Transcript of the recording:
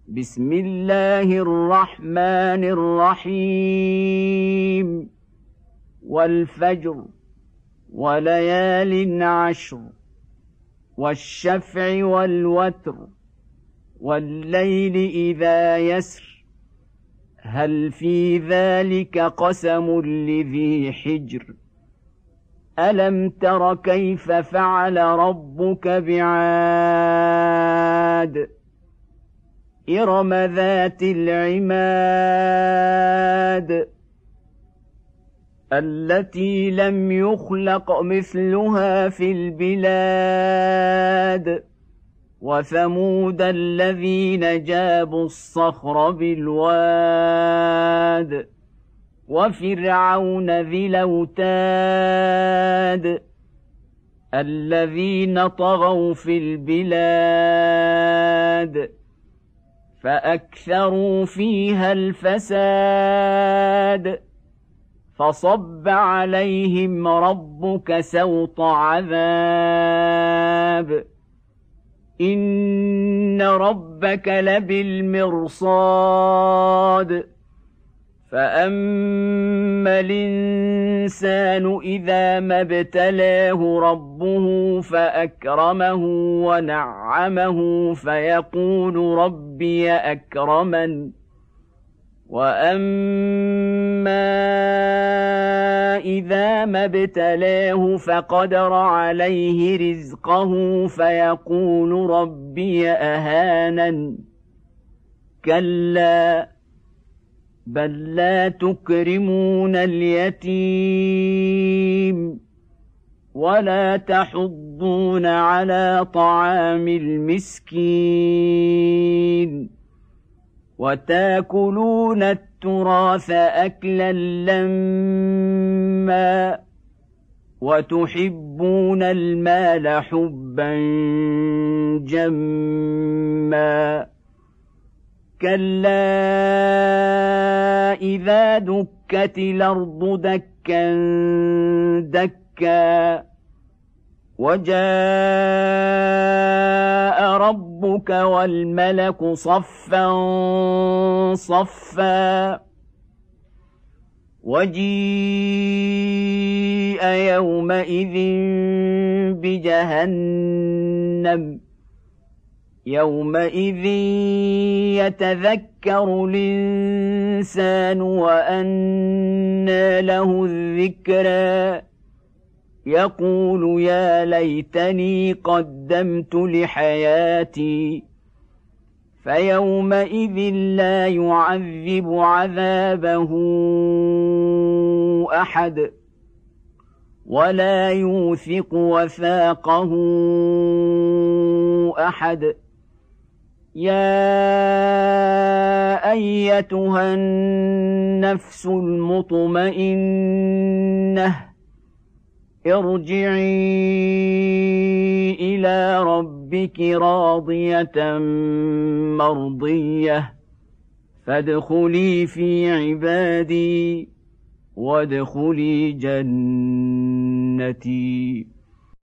بسم الله الرحمن الرحيم والفجر وليال عشر والشفع والوتر والليل إذا يسر هل في ذلك قسم لذي حجر ألم تر كيف فعل ربك بعاد إرم ذات العماد التي لم يخلق مثلها في البلاد وثمود الذين جابوا الصخر بالواد وفرعون ذي الأوتاد الذين طغوا في البلاد فأكثروا فيها الفساد فصب عليهم ربك سوط عذاب إن ربك لبالمرصاد فأما الإنسان إذا ما ابتلاه ربه فأكرمه ونعمه فيقول ربي أكرمن وأما إذا ما ابتلاه فقدر عليه رزقه فيقول ربي أهانن كلا بل لا تكرمون اليتيم ولا تحضون على طعام المسكين وتاكلون التراث أكلا لما وتحبون المال حبا جما كلا إذا دكت الأرض دكا دكا وجاء ربك والملك صفا صفا وجيء يومئذ بجهنم يومئذ يتذكر الإنسان وأنى له الذكرى يقول يا ليتني قدمت لحياتي فيومئذ لا يعذب عذابه أحد ولا يوثق وثاقه أحد يا أيتها النفس المطمئنة ارجعي إلى ربك راضية مرضية فادخلي في عبادي وادخلي جنتي.